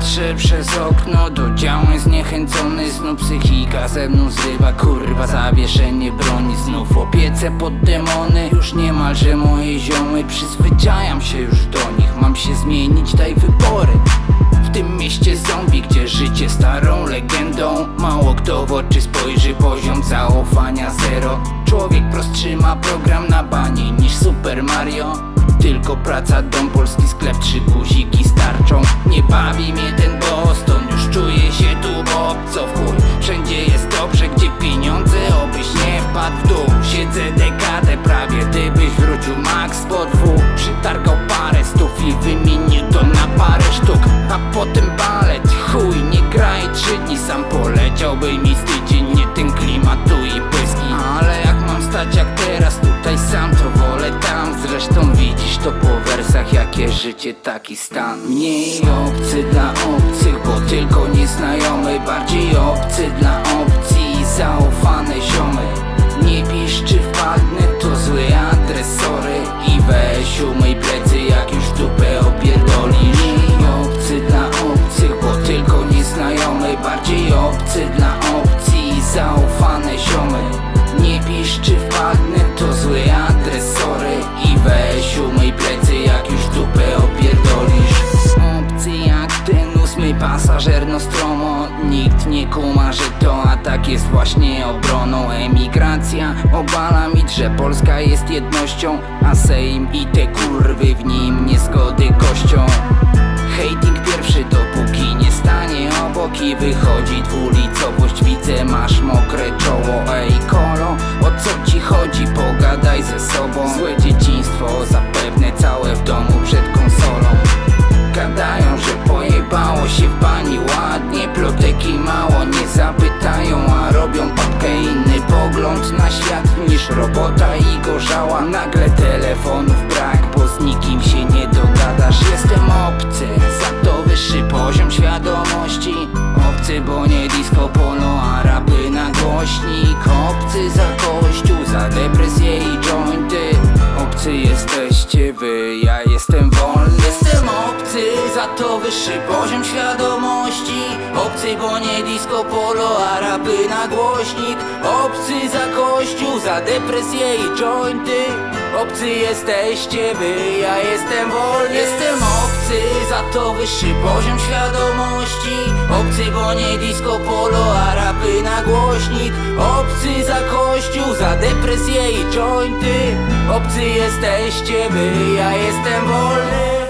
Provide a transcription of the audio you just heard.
Patrzę przez okno, do działań zniechęcony. Znów psychika ze mną zrywa, kurwa zawieszenie broni. Znów opiece pod demony, już niemalże moje ziomy. Przyzwyczajam się już do nich, mam się zmienić, daj wybory. W tym mieście zombie, gdzie życie starą legendą. Mało kto w oczy spojrzy, poziom zaufania zero. Człowiek prostszy ma program na bani niż Super Mario. Tylko praca, dom, polski sklep, 3 guziki starczą. Nie bawi mnie ten Boston, już czuję się tu, bo co w chuj. Wszędzie jest dobrze, gdzie pieniądze, obyś nie wpadł w dół. Siedzę dekadę prawie, ty byś wrócił max po 2. Przytargał parę stów i wymienił to na parę sztuk. A potem balet, chuj, nie graj 3 dni. Sam poleciałby mi z tydzień, nie ten klimat tu i pyski. Ale jak mam stać jak teraz tutaj sam, to wolę tam. Zresztą widzisz to po wersach, jakie życie, taki stan. Mniej obcy dla obcych, bo tylko nieznajomy. Bardziej obcy dla opcji, zaufane ziomy. Nie pisz czy wpadnę, to zły adres, sorry. I weź umyj plecy, jak już dupę opierdolisz. Mniej obcy dla obcych, bo tylko nieznajomy. Bardziej obcy dla opcji, zaufane ziomy. Nie pisz czy wpadnę, to zły adres, sorry. I weź umyj plecy, jak już dupę opierdolisz. Obcy jak ten 8 pasażer Nostromo. Nikt nie kuma, że to atak jest właśnie obroną. Emigracja obala mit, że Polska jest jednością, a Sejm i te kurwy w nim niezgody kością. Hating pierwszy, dopóki nie stanie obok i wychodzi dwulicowość. Widzę, masz mokre czoło. Ej kolo, o co ci chodzi? Pogadaj ze sobą. Złe dzieciństwo, zapewne całe w domu przed konsolą. Gadają, że pojebało się w bani ładnie. Ploteki mało nie zapytają, a robią papkę. Inny pogląd na świat niż robota i gorzała. Nagle telefonów brak, bo z nikim się nie dogadasz. Jestem obcy, za to wyższy poziom świadomości. Obcy, bo nie disco polo, a rapy na głośnik. Obcy za kościół, za depresję i jointy. Obcy jesteście wy, ja jestem wolny. Jestem obcy, za to wyższy poziom świadomości. Obcy, bo nie disco polo, a rapy na głośnik. Obcy za kościół, za depresję i jointy. Obcy jesteście wy, ja jestem wolny. Jestem obcy, za to wyższy poziom świadomości. Obcy, bo nie disco polo, a rapy na głośnik. Obcy za kościół, za depresję i jointy. Obcy jesteście wy, ja jestem wolny.